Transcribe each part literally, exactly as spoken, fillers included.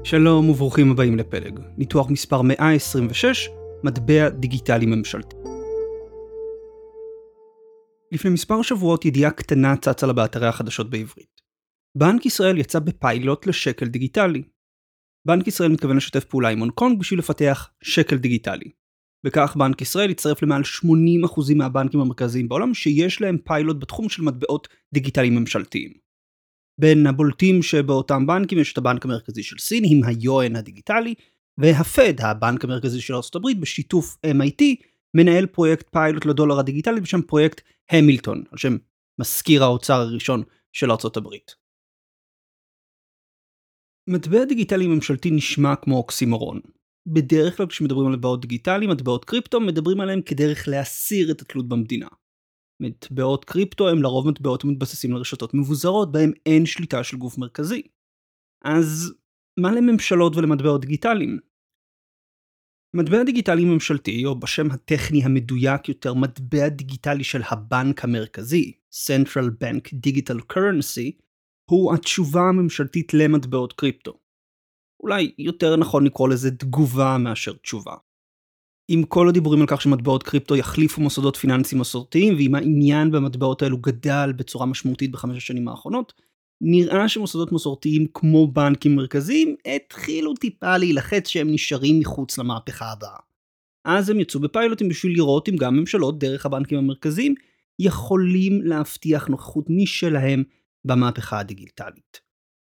שלום וברוכים הבאים לפלג, ניתוח מספר מאה עשרים ושש, מטבע דיגיטלי ממשלתי. לפני מספר שבועות ידיעה קטנה צצה לה באתרי החדשות בעברית. בנק ישראל יצא בפיילוט לשקל דיגיטלי. בנק ישראל מתכוון לשתף פעולה עם הונג קונג בשביל לפתח שקל דיגיטלי. וכך בנק ישראל יצטרף למעל שמונים אחוז מהבנקים המרכזיים בעולם שיש להם פיילוט בתחום של מטבעות דיגיטליים ממשלתיים. בין הבולטים שבאותם בנקים יש את הבנק המרכזי של סין עם היואן הדיגיטלי, והפד, הבנק המרכזי של ארצות הברית, בשיתוף אם איי טי, מנהל פרויקט פיילוט לדולר הדיגיטלי בשם פרויקט המילטון, על שם מזכיר האוצר הראשון של ארצות הברית. מטבע דיגיטלי ממשלתי נשמע כמו אוקסימורון. בדרך כלל כשמדברים על מטבעות דיגיטלי, מטבעות קריפטו, מדברים עליהם כדרך להסיר את התלות במדינה. מטבעות קריפטו הם לרוב מטבעות המתבססים לרשתות מבוזרות, בהם אין שליטה של גוף מרכזי. אז מה לממשלות ולמטבעות דיגיטליים? מטבע דיגיטלי ממשלתי, או בשם הטכני המדויק יותר, מטבע דיגיטלי של הבנק המרכזי, Central Bank Digital Currency, הוא התשובה הממשלתית למטבעות קריפטו. אולי יותר נכון לקרוא לזה תגובה מאשר תשובה. עם כל הדיבורים על כך שמטבעות קריפטו יחליפו מוסדות פיננסיים מסורתיים, ועם העניין במטבעות האלו גדל בצורה משמעותית בחמש השנים האחרונות, נראה שמוסדות מסורתיים כמו בנקים מרכזיים התחילו טיפה להילחץ שהם נשארים מחוץ למהפכה הבאה. אז הם יצאו בפיילוטים בשביל לראות אם גם ממשלות דרך הבנקים המרכזיים יכולים להבטיח נוכחות משלהם במהפכה הדיגיטלית.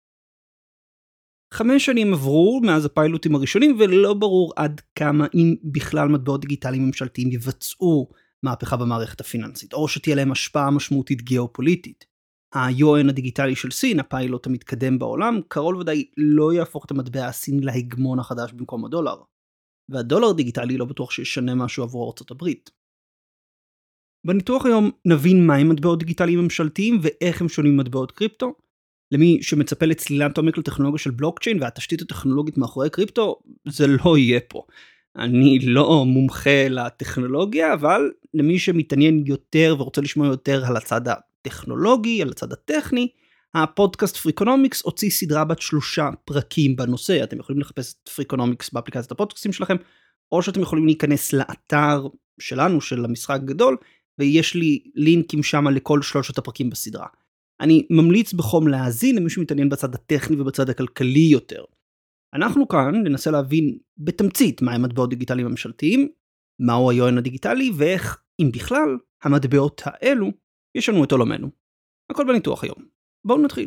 חמש שנים עברו מאז הפיילוטים הראשונים, ולא ברור עד כמה אם בכלל מטבעות דיגיטליים ממשלתיים יבצעו מהפכה במערכת הפיננסית, או שתהיה להם השפעה משמעותית גיאופוליטית. היואן הדיגיטלי של סין, הפיילוט המתקדם בעולם, קרוב ודאי לא יהפוך את המטבע הסיני להגמון החדש במקום הדולר. והדולר הדיגיטלי לא בטוח שישנה משהו עבור ארצות הברית. בניתוח היום נבין מהם מטבעות דיגיטליים ממשלתיים ואיך הם שונים ממטבעות קריפטו. למי שמצפה לצלילת עומק לטכנולוגיה של בלוקצ'יין והתשתית הטכנולוגית מאחורי קריפטו, זה לא יהיה פה. אני לא מומחה לטכנולוגיה, אבל למי שמתעניין יותר ורוצה לשמוע יותר על הצד הטכנולוגי, על הצד הטכני, הפודקאסט פריקונומיקס הוציא סדרה בת שלושה פרקים בנושא. אתם יכולים לחפש את פריקונומיקס באפליקציית הפודקאסטים שלכם, או שאתם יכולים להיכנס לאתר שלנו, של המשחק גדול, ויש לי לינקים שם לכל שלושת הפרקים בסדרה. אני ממליץ בחום להאזין למי שמתעניין בצד הטכני ובצד הכלכלי יותר. אנחנו כאן ננסה להבין בתמצית מהם מטבעות דיגיטליים ממשלתיים, מהו היואן הדיגיטלי, ואיך, אם בכלל, המטבעות האלו ישנו את עולמנו. הכל בניתוח היום. בואו נתחיל.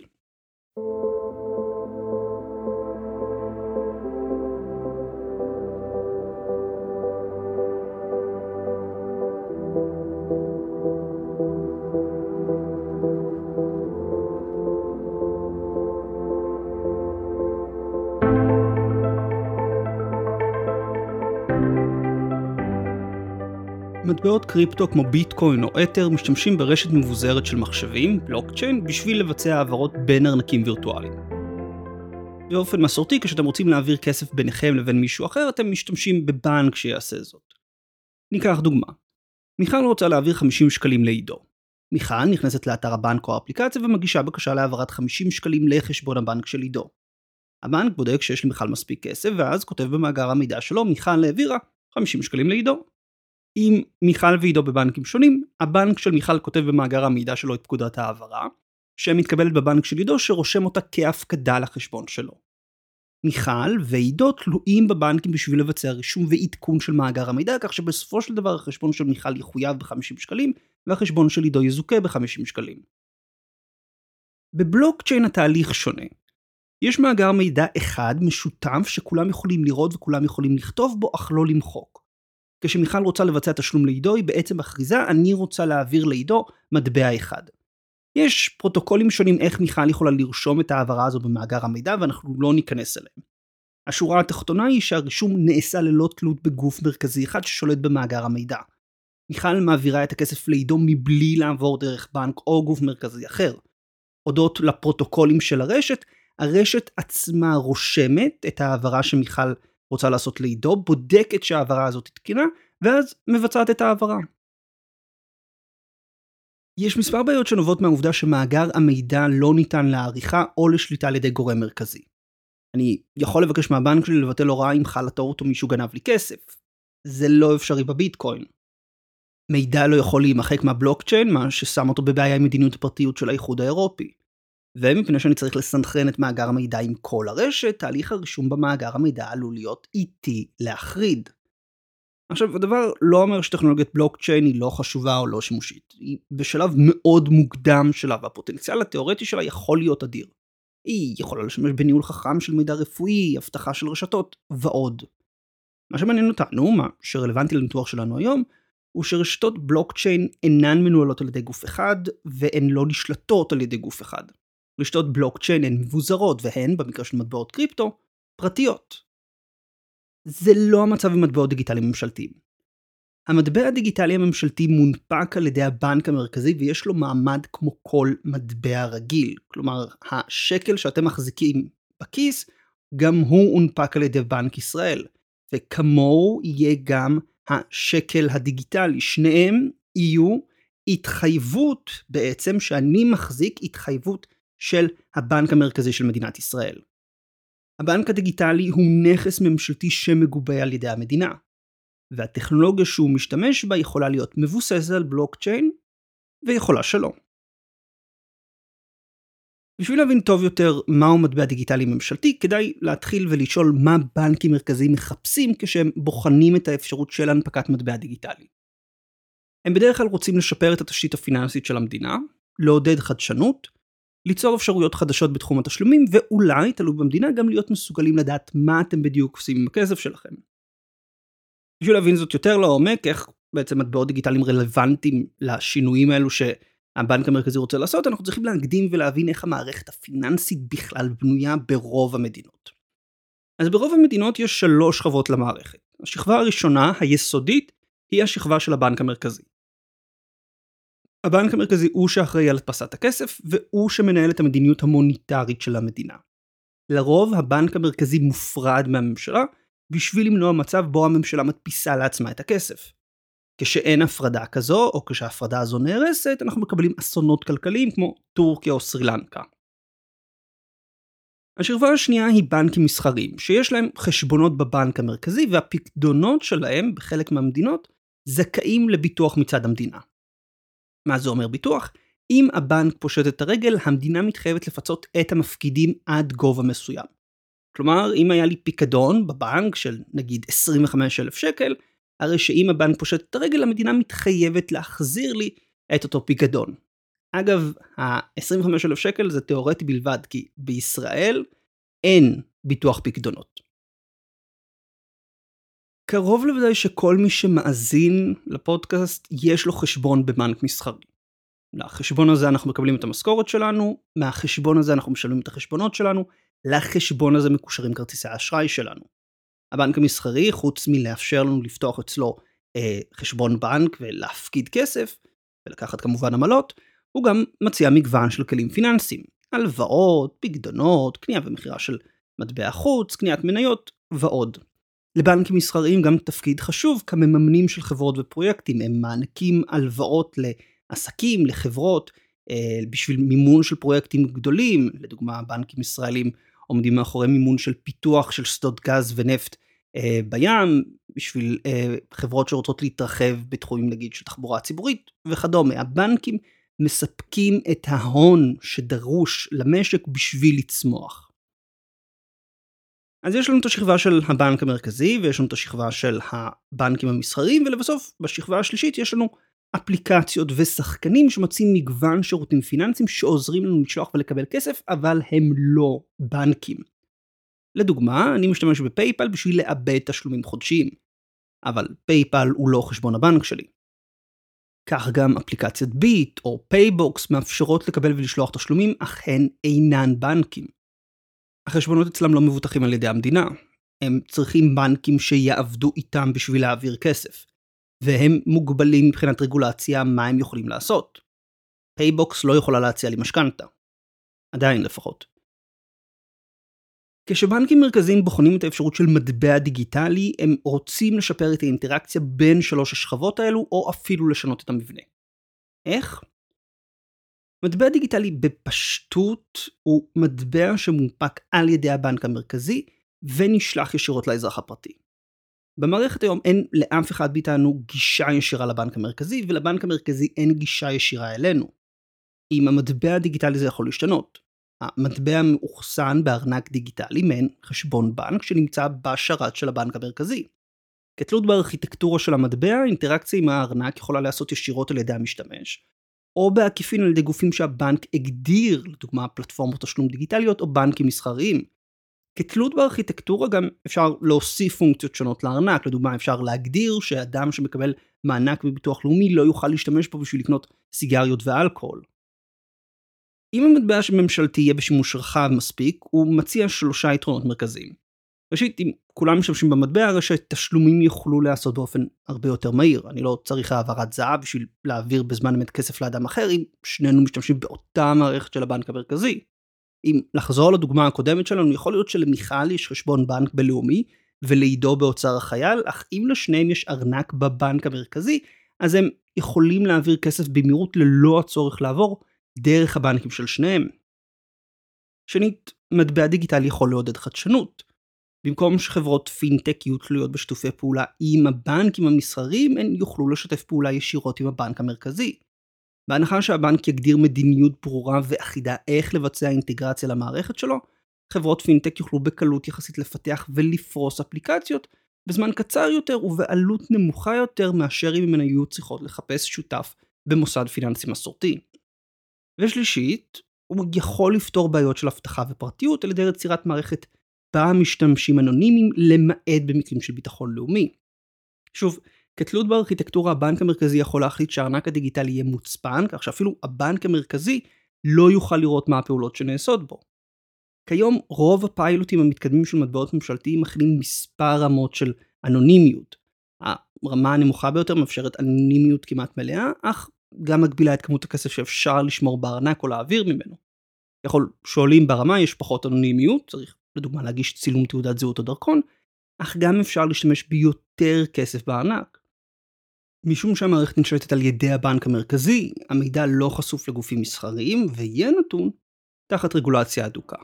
מטבעות קריפטו כמו ביטקוין או אתר משתמשים ברשת מבוזרת של מחשבים, בלוקצ'יין, בשביל לבצע העברות בין ארנקים וירטואליים. באופן מסורתי, כשאתם רוצים להעביר כסף ביניכם לבין מישהו אחר, אתם משתמשים בבנק שיעשה זאת. ניקח דוגמה. מיכל רוצה להעביר חמישים שקלים לעידו. מיכל נכנסת לאתר הבנק או האפליקציה ומגישה בקשה להעברת חמישים שקלים לחשבון הבנק של עידו. הבנק בודק שיש למיכל מספיק כסף, ואז כותב במאגר המידע שלו, מיכל העבירה חמישים שקלים לעידו. אם מיכל ועידו בבנקים שונים, הבנק של מיכל כותב במאגר המידע שלו את פקודת העברה, שמתקבלת בבנק של עידו שרושם אותה כהפקדה לחשבון שלו. מיכל ועידו תלויים בבנקים בשביל לבצע רישום ועדכון של מאגר המידע, כך שבסופו של דבר החשבון של מיכל יחויב ב-חמישים שקלים, והחשבון של עידו יזוכה ב-חמישים שקלים. בבלוקצ'יין התהליך שונה. יש מאגר מידע אחד משותף שכולם יכולים לראות וכולם יכולים לכתוב בו, אך לא למחוק. כשמיכל רוצה לבצע תשלום לעידו, היא בעצם מכריזה, אני רוצה להעביר לעידו מטבע אחד. יש פרוטוקולים שונים איך מיכל יכולה לרשום את העברה הזו במאגר המידע, ואנחנו לא ניכנס אליהם. השורה התחתונה היא שהרישום נעשה ללא תלות בגוף מרכזי אחד ששולט במאגר המידע. מיכל מעבירה את הכסף לעידו מבלי לעבור דרך בנק או גוף מרכזי אחר. הודות לפרוטוקולים של הרשת, הרשת עצמה רושמת את העברה שמיכל רוצה לעשות לעידו, בודקת שהעברה הזאת תתקינה, ואז מבצעת את העברה. יש מספר בעיות שנובעות מהעובדה שמאגר המידע לא ניתן לעריכה או לשליטה על ידי גורם מרכזי. אני יכול לבקש מהבנק שלי לבטל הוראה אם חלה טעות או מישהו גנב לי כסף. זה לא אפשרי בביטקוין. מידע לא יכול להימחק מהבלוקצ'יין, מה ששם אותו בבעיה עם מדיניות הפרטיות של האיחוד האירופי. ומפני שאני צריך לסנכרן את מאגר המידע עם כל הרשת, תהליך הרישום במאגר המידע עלול להיות איטי להחריד. עכשיו, הדבר לא אומר שטכנולוגיית בלוקצ'יין היא לא חשובה או לא שימושית. היא בשלב מאוד מוקדם שלה, והפוטנציאל התיאורטי שלה יכול להיות אדיר. היא יכולה לשמש בניהול חכם של מידע רפואי, הבטחה של רשתות ועוד. מה שמעניין אותנו, מה שרלוונטי לניתוח שלנו היום, הוא שרשתות בלוקצ'יין אינן מנוהלות על ידי גוף אחד, והן לא נשלטות על ידי גוף אחד. רשתות בלוקצ'יין הן מבוזרות, והן, במקרה של מטבעות קריפטו, פרטיות. זה לא המצב עם מטבעות דיגיטליים ממשלתיים. המטבע הדיגיטלי הממשלתי מונפק על ידי הבנק המרכזי, ויש לו מעמד כמו כל מטבע רגיל. כלומר, השקל שאתם מחזיקים בכיס, גם הוא הונפק על ידי בנק ישראל. וכמוהו יהיה גם השקל הדיגיטלי. שניהם יהיו התחייבות בעצם שאני מחזיק התחייבות של הבנק המרכזי של מדינת ישראל. הבנק הדיגיטלי הוא נכס ממשלתי שמגובה על ידי המדינה. והטכנולוגיה שהוא משתמש בה יכולה להיות מבוססת על בלוקצ'יין ויכולה שלא. בשביל להבין טוב יותר מהו מטבע דיגיטלי ממשלתי, כדאי להתחיל ולשאול מה בנקים מרכזיים מחפשים כשהם בוחנים את האפשרות של הנפקת מטבע דיגיטלי. הם בדרך כלל רוצים לשפר את התשתית הפיננסית של המדינה, לעודד חדשנות, ליצור אפשרויות חדשות בתחום התשלומים, ואולי, תלוי במדינה, גם להיות מסוגלים לדעת מה אתם בדיוק עושים עם הכסף שלכם. בשביל להבין זאת יותר לעומק, איך בעצם מטבעות דיגיטליים רלוונטיים לשינויים האלו שהבנק המרכזי רוצה לעשות, אנחנו צריכים להקדים ולהבין איך המערכת הפיננסית בכלל בנויה ברוב המדינות. אז ברוב המדינות יש שלוש שכבות למערכת. השכבה הראשונה, היסודית, היא השכבה של הבנק המרכזי. הבנק המרכזי הוא שאחראי על הדפסת הכסף, והוא שמנהל את המדיניות המוניטרית של המדינה. לרוב הבנק המרכזי מופרד מהממשלה, בשביל למנוע מצב בו הממשלה מדפיסה לעצמה את הכסף. כשאין הפרדה כזו, או כשההפרדה הזו נהרסת, אנחנו מקבלים אסונות כלכליים כמו טורקיה או סרילנקה. השכבה השנייה היא בנקים מסחריים, שיש להם חשבונות בבנק המרכזי, והפקדונות שלהם בחלק מהמדינות זכאים לביטוח מצד המדינה. מה זה אומר ביטוח? אם הבנק פושט את הרגל, המדינה מתחייבת לפצות את המפקידים עד גובה מסוים. כלומר, אם היה לי פיקדון בבנק של נגיד עשרים וחמישה אלף שקל, הרי שאם הבנק פושט את הרגל, המדינה מתחייבת להחזיר לי את אותו פיקדון. אגב, ה-עשרים וחמישה אלף שקל זה תיאורטי בלבד, כי בישראל אין ביטוח פיקדונות. קרוב לוודאי שכל מי שמאזין לפודקאסט יש לו חשבון בבנק מסחרי. לחשבון הזה אנחנו מקבלים את המשכורת שלנו, מהחשבון הזה אנחנו משלמים את החשבונות שלנו, לחשבון הזה מקושרים כרטיסי האשראי שלנו. הבנק המסחרי, חוץ מלאפשר לנו לפתוח אצלו אה, חשבון בנק ולהפקיד כסף, ולקחת כמובן עמלות, הוא גם מציע מגוון של כלים פיננסיים, הלוואות, פקדונות, קנייה ומכירה של מטבע חוץ, קניית מניות ועוד. לבנקים מסחריים גם תפקיד חשוב כמממנים של חברות ופרויקטים, הם מענקים הלוואות לעסקים, לחברות, אה, בשביל מימון של פרויקטים גדולים, לדוגמה בנקים ישראלים עומדים מאחורי מימון של פיתוח של שדות גז ונפט אה, בים, בשביל אה, חברות שרוצות להתרחב בתחומים נגיד של תחבורה ציבורית וכדומה. הבנקים מספקים את ההון שדרוש למשק בשביל לצמוח. אז יש לנו את השכבה של הבנק המרכזי, ויש לנו את השכבה של הבנקים המסחריים, ולבסוף בשכבה השלישית יש לנו אפליקציות ושחקנים שמציעים מגוון שירותים פיננסיים שעוזרים לנו לשלוח ולקבל כסף, אבל הם לא בנקים. לדוגמה, אני משתמש בפייפל בשביל לאבד תשלומים חודשיים, אבל פייפל הוא לא חשבון הבנק שלי. כך גם אפליקציית ביט או פייבוקס מאפשרות לקבל ולשלוח תשלומים, אך הן אינן בנקים. החשבונות אצלם לא מבוטחים על ידי המדינה. הם צריכים בנקים שיעבדו איתם בשביל להעביר כסף. והם מוגבלים מבחינת רגולציה מה הם יכולים לעשות. פייבוקס לא יכולה להציע לי משכנתה. עדיין לפחות. כשבנקים מרכזיים בוחנים את האפשרות של מטבע דיגיטלי, הם רוצים לשפר את האינטראקציה בין שלוש השכבות האלו, או אפילו לשנות את המבנה. איך? מטבע דיגיטלי בפשטות הוא מטבע שמונפק על ידי הבנק המרכזי ונשלח ישירות לאזרח הפרטי. במערכת היום אין לאף אחד מאיתנו גישה ישירה לבנק המרכזי, ולבנק המרכזי אין גישה ישירה אלינו. עם המטבע הדיגיטלי זה יכול להשתנות. המטבע מאוחסן בארנק דיגיטלי מעין חשבון בנק שנמצא בשרת של הבנק המרכזי. כתלות בארכיטקטורה של המטבע, אינטראקציה עם הארנק יכולה לעשות ישירות על ידי המשתמש, או בעקיפין על ידי גופים שהבנק הגדיר, לדוגמה פלטפורמות תשלום דיגיטליות או בנקים מסחריים. כתלות בארכיטקטורה גם אפשר להוסיף פונקציות שונות לארנק, לדוגמה אפשר להגדיר שאדם שמקבל מענק בביטוח לאומי לא יוכל להשתמש בו בשביל לקנות סיגריות ואלכוהול. אם המטבע הממשלתי יהיה בשימוש רחב מספיק, הוא מציע שלושה יתרונות מרכזיים. ראשית, אם כולם משתמשים במטבע, הרי שתשלומים יוכלו לעשות באופן הרבה יותר מהיר. אני לא צריך העברת זהב בשביל להעביר בזמן אמת כסף לאדם אחר, אם שנינו משתמשים באותה מערכת של הבנק המרכזי. אם לחזור לדוגמה הקודמת שלנו, יכול להיות שלמיכל יש חשבון בנק בלאומי, ולעידו באוצר החייל, אך אם לשניהם יש ארנק בבנק המרכזי, אז הם יכולים להעביר כסף במהירות ללא הצורך לעבור דרך הבנקים של שניהם. שנית, מטבע דיגיטלי יכול לעודד חדשנות. במקום שחברות פינטק יהיו תלויות בשיתופי פעולה עם הבנקים המסחריים, הן יוכלו לשתף פעולה ישירות עם הבנק המרכזי. בהנחה שהבנק יגדיר מדיניות ברורה ואחידה איך לבצע אינטגרציה למערכת שלו, חברות פינטק יוכלו בקלות יחסית לפתח ולפרוס אפליקציות בזמן קצר יותר ובעלות נמוכה יותר מאשר אם הן היו צריכות לחפש שותף במוסד פיננסי מסורתי. ושלישית, הוא יכול לפתור בעיות של אבטחה ופרטיות על ידי יצירת מערכת בה משתמשים אנונימיים למעט במקרים של ביטחון לאומי. שוב, כתלות בארכיטקטורה, הבנק המרכזי יכול להחליט שהארנק הדיגיטלי יהיה מוצפן, כך שאפילו הבנק המרכזי לא יוכל לראות מה הפעולות שנעשות בו. כיום רוב הפיילוטים המתקדמים של מטבעות ממשלתיים מכילים מספר רמות של אנונימיות. הרמה הנמוכה ביותר מאפשרת אנונימיות כמעט מלאה, אך גם מגבילה את כמות הכסף שאפשר לשמור בארנק או להעביר ממנו. יכול שואלים ברמה יש פחות אנונימיות, צריך לדוגמה להגיש צילום תעודת זהות או דרכון, אך גם אפשר להשתמש ביותר כסף בארנק. משום שהמערכת נשלטת על ידי הבנק המרכזי, המידע לא חשוף לגופים מסחריים ויהיה נתון תחת רגולציה אדוקה.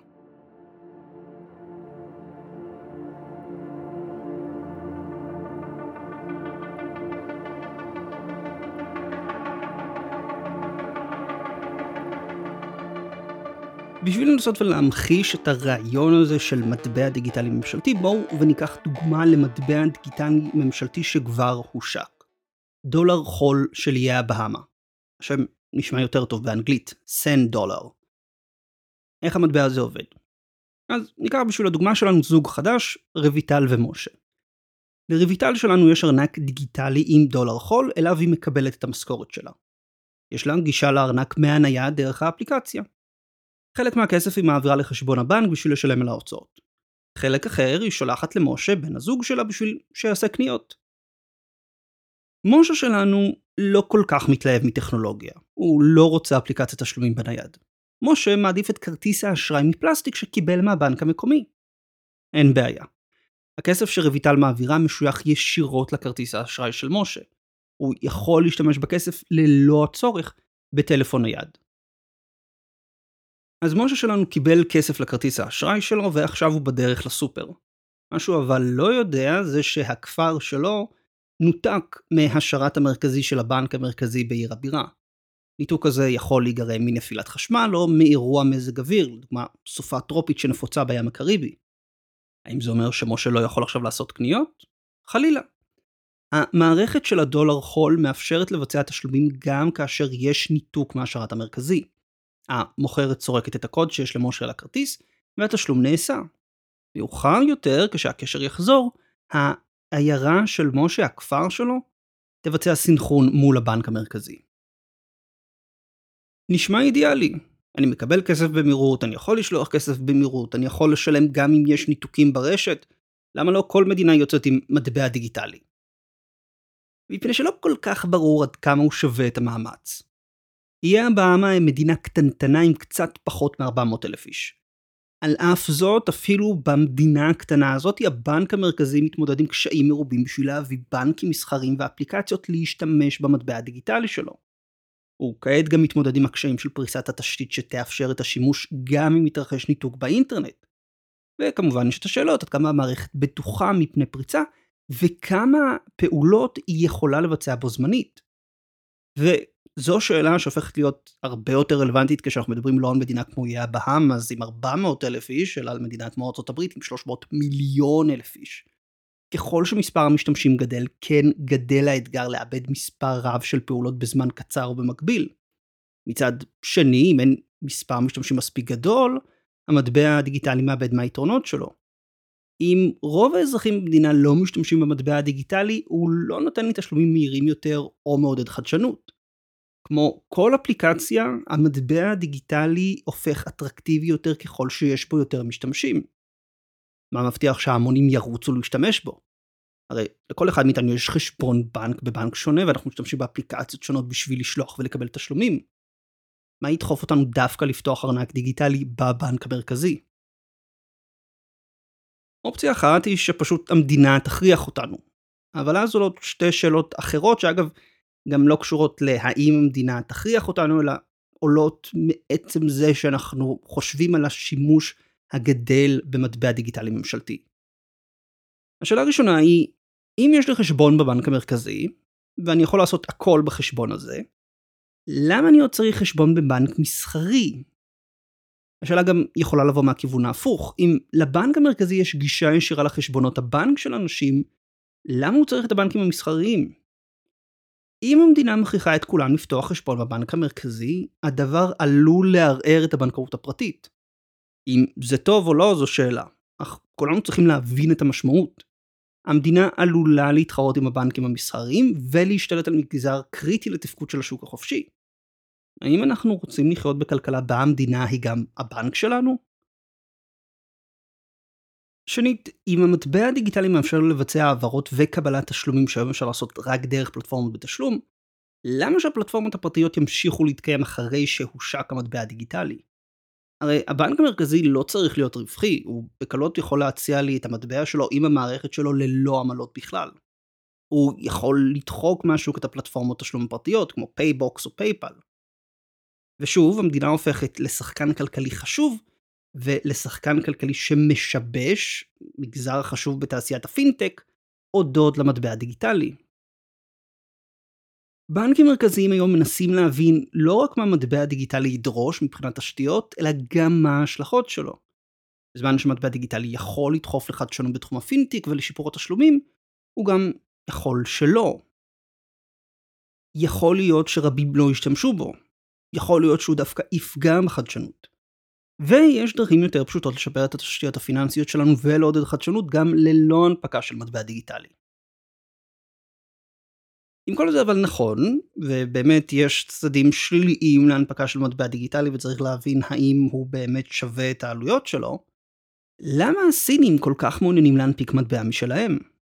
בשביל לנסות ולהמחיש את הרעיון הזה של מטבע דיגיטלי ממשלתי, בואו וניקח דוגמה למטבע דיגיטלי ממשלתי שכבר הושק. דולר חול של איי הבהמה. השם נשמע יותר טוב באנגלית, סנד דולר. איך המטבע הזה עובד? אז ניקח בשביל הדוגמה שלנו זוג חדש, רויטל ומשה. לרויטל שלנו יש ארנק דיגיטלי עם דולר חול, אליו היא מקבלת את המשכורת שלה. יש לה גישה לארנק מהנייד דרך האפליקציה. חלק מהכסף היא מעבירה לחשבון הבנק בשביל לשלם על ההוצאות. חלק אחר היא שולחת למשה בן הזוג שלה בשביל שיעשה קניות. משה שלנו לא כל כך מתלהב מטכנולוגיה. הוא לא רוצה אפליקציית תשלומים בנייד. משה מעדיף את כרטיס האשראי מפלסטיק שקיבל מהבנק המקומי. אין בעיה. הכסף שרויטל מעבירה משוייך ישירות לכרטיס האשראי של משה. הוא יכול להשתמש בכסף ללא הצורך בטלפון נייד. אז משה שלנו קיבל כסף לכרטיס האשראי שלו ועכשיו הוא בדרך לסופר. מה שהוא אבל לא יודע זה שהכפר שלו נותק מהשרת המרכזי של הבנק המרכזי בעיר הבירה. ניתוק הזה יכול להיגרם מנפילת חשמל או מאירוע מזג אוויר, לדוגמה סופה טרופית שנפוצה בים הקריבי. האם זה אומר שמשה לא יכול עכשיו לעשות קניות? חלילה. המערכת של הדולר חול מאפשרת לבצע תשלומים גם כאשר יש ניתוק מהשרת המרכזי. המוכרת סורקת את הקוד שיש למשה על הכרטיס, והתשלום נעשה. מאוחר יותר, כשהקשר יחזור, העיירה של משה, הכפר שלו, תבצע סינכרון מול הבנק המרכזי. נשמע אידיאלי. אני מקבל כסף במהירות, אני יכול לשלוח כסף במהירות, אני יכול לשלם גם אם יש ניתוקים ברשת. למה לא כל מדינה יוצאת עם מטבע דיגיטלי? מפני שלא כל כך ברור עד כמה הוא שווה את המאמץ. איי הבהמה היא מדינה קטנטנה עם קצת פחות מ-ארבע מאות אלף איש. על אף זאת, אפילו במדינה הקטנה הזאת, הבנק המרכזי מתמודד עם קשיים מרובים בשביל להביא בנקים מסחרים ואפליקציות להשתמש במטבע הדיגיטלי שלו. הוא כעת גם מתמודד עם הקשיים של פריסת התשתית שתאפשר את השימוש גם אם מתרחש ניתוק באינטרנט. וכמובן יש את השאלות עד כמה המערכת בטוחה מפני פריצה, וכמה פעולות היא יכולה לבצע בו זמנית. וזו שאלה שהופכת להיות הרבה יותר רלוונטית כשאנחנו מדברים לא על מדינה כמו איי הבהאמאס עם ארבע מאות אלף איש, אלא על מדינה כמו ארצות הברית עם שלוש מאות מיליון אלף איש. ככל שמספר המשתמשים גדל, כן גדל האתגר לאבד מספר רב של פעולות בזמן קצר ובמקביל. מצד שני, אם אין מספר משתמשים מספיק גדול, המטבע הדיגיטלי מאבד מהיתרונות שלו. אם רוב האזרחים במדינה לא משתמשים במטבע הדיגיטלי, הוא לא נותן לי תשלומים מהירים יותר או מעודד חדשנות. כמו כל אפליקציה, המטבע הדיגיטלי הופך אטרקטיבי יותר ככל שיש בו יותר משתמשים. מה מבטיח שההמונים ירוצו להשתמש בו? הרי לכל אחד מאיתנו יש חשבון בנק בבנק שונה, ואנחנו משתמשים באפליקציות שונות בשביל לשלוח ולקבל תשלומים. מה ידחוף אותנו דווקא לפתוח ארנק דיגיטלי בבנק המרכזי? אופציה אחת היא שפשוט המדינה תכריח אותנו. אבל אז עולות שתי שאלות אחרות, שאגב גם לא קשורות להאם המדינה תכריח אותנו, אלא עולות מעצם זה שאנחנו חושבים על השימוש הגדל במטבע דיגיטלי ממשלתי. השאלה הראשונה היא, אם יש לי חשבון בבנק המרכזי, ואני יכול לעשות הכל בחשבון הזה, למה אני עוד צריך חשבון בבנק מסחרי? השאלה גם יכולה לבוא מהכיוון ההפוך. אם לבנק המרכזי יש גישה ישירה לחשבונות הבנק של אנשים, למה הוא צריך את הבנקים המסחריים? אם המדינה מכריחה את כולם לפתוח חשבון בבנק המרכזי, הדבר עלול לערער את הבנקאות הפרטית. אם זה טוב או לא, זו שאלה. אך כולנו צריכים להבין את המשמעות. המדינה עלולה להתחרות עם הבנקים המסחריים ולהשתלט על מגזר קריטי לתפקוד של השוק החופשי. האם אנחנו רוצים לחיות בכלכלה בה המדינה היא גם הבנק שלנו? שנית, אם המטבע הדיגיטלי מאפשר לבצע העברות וקבלת תשלומים שהיום אפשר לעשות רק דרך פלטפורמות בתשלום, למה שהפלטפורמות הפרטיות ימשיכו להתקיים אחרי שהושק המטבע הדיגיטלי? הרי הבנק המרכזי לא צריך להיות רווחי, הוא בקלות יכול להציע לי את המטבע שלו עם המערכת שלו ללא עמלות בכלל. הוא יכול לדחוק מהשוק את הפלטפורמות תשלום פרטיות כמו פייבוקס או פייפל. ושוב, המדינה הופכת לשחקן כלכלי חשוב, ולשחקן כלכלי שמשבש, מגזר חשוב בתעשיית הפינטק, הודות למטבע הדיגיטלי. בנקים מרכזיים היום מנסים להבין לא רק מה המטבע הדיגיטלי ידרוש מבחינת תשתיות, אלא גם מה ההשלכות שלו. בזמן שמטבע דיגיטלי יכול לדחוף לחדשנות בתחום הפינטק ולשיפור התשלומים, הוא גם יכול שלא. יכול להיות שרבים לא ישתמשו בו. יכול להיות שהוא דווקא יפגע בחדשנות. ויש דרכים יותר פשוטות לשפר את התשתיות הפיננסיות שלנו ולעודד חדשנות גם ללא הנפקה של מטבע דיגיטלי. עם כל זה אבל נכון, ובאמת יש צדדים שליליים להנפקה של מטבע דיגיטלי וצריך להבין האם הוא באמת שווה את העלויות שלו, למה הסינים כל כך מעוניינים להנפיק מטבע משלהם?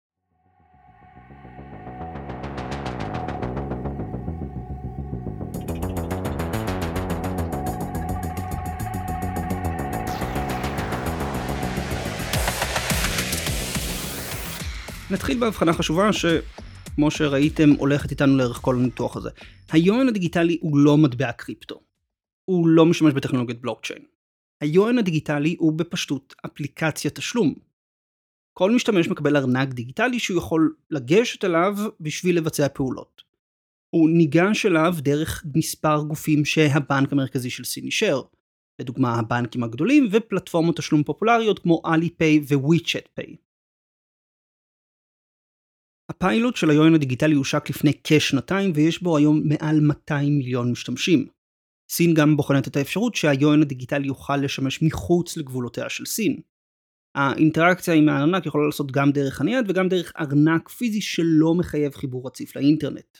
נתחיל בהבחנה חשובה שכמו שראיתם הולכת איתנו לערך כל הניתוח הזה. היואן הדיגיטלי הוא לא מטבע קריפטו. הוא לא משמש בטכנולוגיית בלוקצ'יין. היואן הדיגיטלי הוא בפשטות אפליקציית תשלום. כל משתמש מקבל ארנק דיגיטלי שהוא יכול לגשת אליו בשביל לבצע פעולות. הוא ניגש אליו דרך מספר גופים שהבנק המרכזי של סין אישר. לדוגמה הבנקים הגדולים ופלטפורמות תשלום פופולריות כמו אליפיי וויצ'ט פיי. הפיילוט של היואן הדיגיטלי הושק לפני כשנתיים ויש בו היום מעל מאתיים מיליון משתמשים. סין גם בוחנת את האפשרות שהיואן הדיגיטלי יוכל לשמש מחוץ לגבולותיה של סין. האינטראקציה עם הארנק יכולה לעשות גם דרך הנייד וגם דרך ארנק פיזי שלא מחייב חיבור רציף לאינטרנט.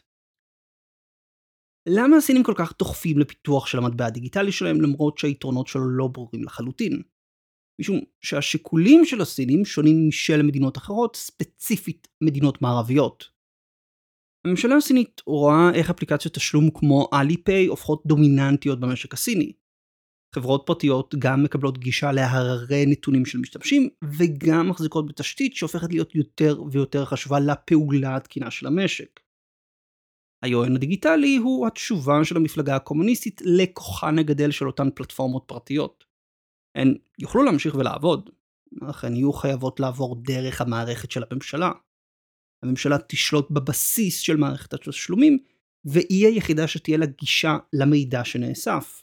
למה הסינים כל כך דוחפים לפיתוח של המטבע הדיגיטלי שלהם למרות שהיתרונות שלו לא ברורים לחלוטין? משום שהשיקולים של הסינים שונים משל מדינות אחרות, ספציפית מדינות מערביות. הממשלה הסינית רואה איך אפליקציות תשלום כמו אליפיי הופכות דומיננטיות במשק הסיני. חברות פרטיות גם מקבלות גישה להררי נתונים של משתמשים, וגם מחזיקות בתשתית שהופכת להיות יותר ויותר חשובה לפעולה התקינה של המשק. היואן הדיגיטלי הוא התשובה של המפלגה הקומוניסטית לכוחן הגדל של אותן פלטפורמות פרטיות. הן יוכלו להמשיך ולעבוד, אך הן יהיו חייבות לעבור דרך המערכת של הממשלה. הממשלה תשלוט בבסיס של מערכת התשלומים, והיא היחידה שתהיה לה גישה למידע שנאסף.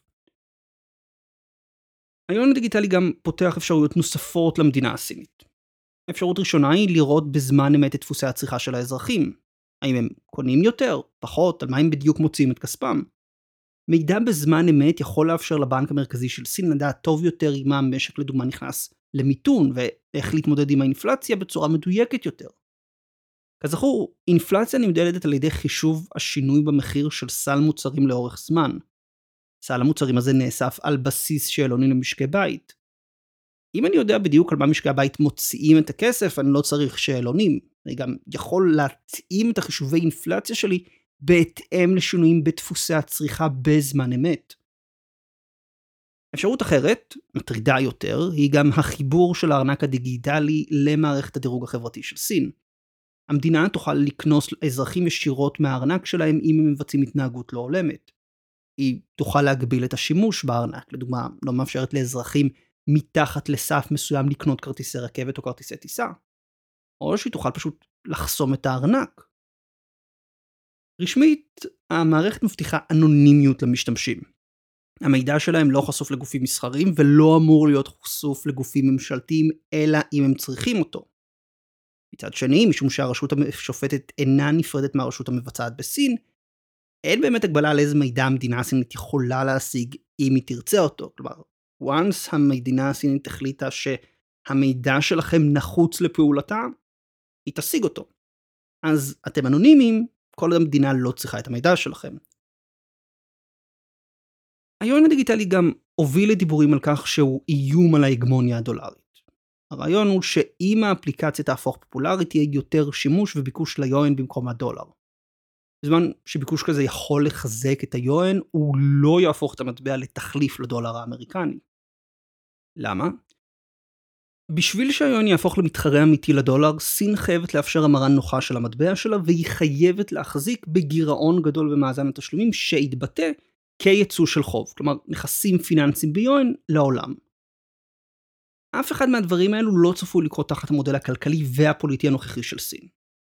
היואן הדיגיטלי גם פותח אפשרויות נוספות למדינה הסינית. אפשרות ראשונה היא לראות בזמן אמת את דפוסי הצריכה של האזרחים. האם הם קונים יותר, פחות, על מה הם בדיוק מוצאים את כספם. מידע בזמן אמת יכול לאפשר לבנק המרכזי של סין לדעת טוב יותר אם המשק לדוגמה נכנס למיתון, ואיך להתמודד עם האינפלציה בצורה מדויקת יותר. כזכור, אינפלציה נמדדת על ידי חישוב השינוי במחיר של סל מוצרים לאורך זמן. סל המוצרים הזה נאסף על בסיס שאלוני למשקי בית. אם אני יודע בדיוק על מה משקי הבית מוציאים את הכסף, אני לא צריך שאלונים. אני גם יכול להתאים את החישובי אינפלציה שלי בהתאם לשינויים בדפוסי הצריכה בזמן אמת. אפשרות אחרת, מטרידה יותר, היא גם החיבור של הארנק הדיגיטלי למערכת הדירוג החברתי של סין. המדינה תוכל לקנוס אזרחים ישירות מהארנק שלהם אם הם מבצעים התנהגות לא הולמת. היא תוכל להגביל את השימוש בארנק, לדוגמה, לא מאפשרת לאזרחים מתחת לסף מסוים לקנות כרטיסי רכבת או כרטיסי טיסה. או שהיא תוכל פשוט לחסום את הארנק. רשמית, המערכת מבטיחה אנונימיות למשתמשים. המידע שלהם לא חשוף לגופים מסחריים ולא אמור להיות חשוף לגופים ממשלתיים, אלא אם הם צריכים אותו. מצד שני, משום שהרשות השופטת אינה נפרדת מהרשות המבצעת בסין, אין באמת הגבלה על איזה מידע המדינה הסינית יכולה להשיג אם היא תרצה אותו. כלומר, once המדינה הסינית החליטה שהמידע שלכם נחוץ לפעולתה, היא תשיג אותו. אז אתם אנונימיים, כל המדינה לא צריכה את המידע שלכם. היואן הדיגיטלי גם הוביל לדיבורים על כך שהוא איום על ההגמוניה הדולרית. הרעיון הוא שאם האפליקציה תהפוך פופולרית, יהיה יותר שימוש וביקוש ליואן במקום הדולר. בזמן שביקוש כזה יכול לחזק את היואן, הוא לא יהפוך את המטבע לתחליף לדולר האמריקני. למה? בשביל שהיואן יהפוך למתחרה אמיתי לדולר, סין חייבת לאפשר המרה נוחה של המטבע שלה, והיא חייבת להחזיק בגירעון גדול במאזן התשלומים שיתבטא כייצוא של חוב, כלומר נכסים פיננסיים ביואן לעולם. אף אחד מהדברים האלו לא צפוי לקרות תחת המודל הכלכלי והפוליטי הנוכחי של סין.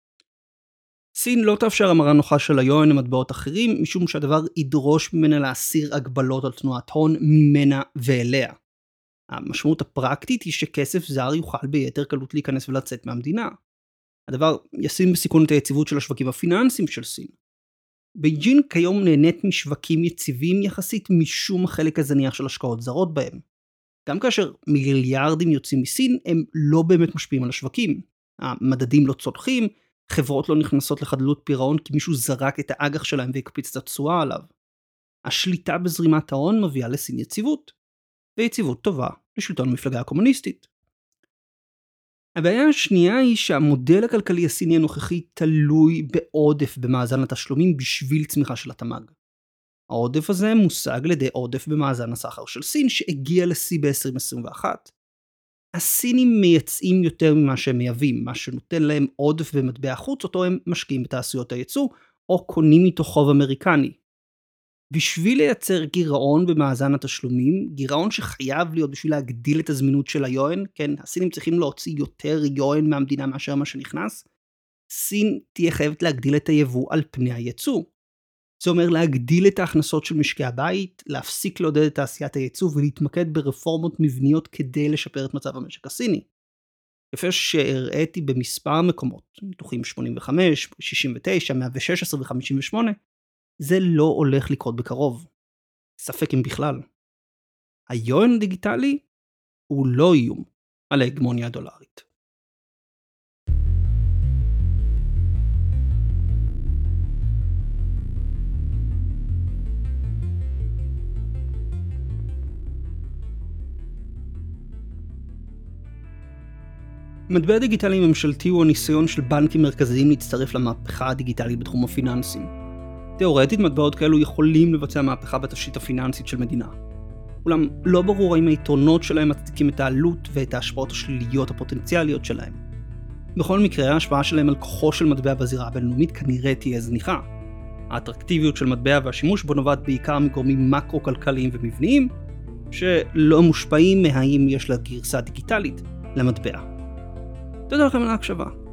סין לא תאפשר המרה נוחה של היואן למטבעות אחרים, משום שהדבר ידרוש ממנה להסיר הגבלות על תנועת הון ממנה ואליה. המשמעות הפרקטית היא שכסף זר יוכל ביתר קלות להיכנס ולצאת מהמדינה. הדבר ישים בסיכון את היציבות של השווקים הפיננסיים של סין. בייג'ין כיום נהנית משווקים יציבים יחסית משום החלק הזניח של השקעות זרות בהם. גם כאשר מיליארדים יוצאים מסין, הם לא באמת משפיעים על השווקים. המדדים לא צולחים, חברות לא נכנסות לחדלות פירעון כי מישהו זרק את האג"ח שלהם והקפיץ את התשואה עליו. השליטה בזרימת ההון מביאה לסין יציבות, ויציבות טובה לשלטון המפלגה הקומוניסטית. הבעיה השנייה היא שהמודל הכלכלי הסיני הנוכחי תלוי בעודף במאזן התשלומים בשביל צמיחה של התמ"ג. העודף הזה מושג על ידי עודף במאזן הסחר של סין שהגיע לשיא ב-עשרים עשרים ואחת. הסינים מייצאים יותר ממה שהם מייבאים, מה שנותן להם עודף במטבע החוץ, אותו הם משקיעים בתעשיות הייצוא או קונים איתו חוב אמריקני. בשביל לייצר גירעון במאזן התשלומים, גירעון שחייב להיות בשביל להגדיל את הזמינות של היואן, כן, הסינים צריכים להוציא יותר יואן מהמדינה מאשר מה שנכנס, סין תהיה חייבת להגדיל את היבוא על פני הייצוא. זה אומר להגדיל את ההכנסות של משקי הבית, להפסיק לעודד את תעשיית הייצוא ולהתמקד ברפורמות מבניות כדי לשפר את מצב המשק הסיני. יפה שהראיתי במספר מקומות, ניתוחים שמונים וחמש, שישים ותשע, מאה ושש עשרה ו-חמישים ושמונה, זה לא הולך לקרות בקרוב. ספק אם בכלל. היואן הדיגיטלי הוא לא איום על ההגמוניה הדולרית. מטבע דיגיטלי ממשלתי הוא הניסיון של בנקים מרכזיים להצטרף למהפכה הדיגיטלית בתחום הפיננסים. תיאורטית מטבעות כאלו יכולים לבצע מהפכה בתשתית הפיננסית של מדינה. אולם לא ברור האם היתרונות שלהם מצדיקים את העלות ואת ההשפעות השליליות הפוטנציאליות שלהם. בכל מקרה, ההשפעה שלהם על כוחו של מטבע בזירה הבינלאומית כנראה תהיה זניחה. האטרקטיביות של מטבע והשימוש בו נובעת בעיקר מגורמים מקרו-כלכליים ומבניים, שלא מושפעים מהאם יש לה גרסה דיגיטלית למטבע. תודה לכם על ההקשבה.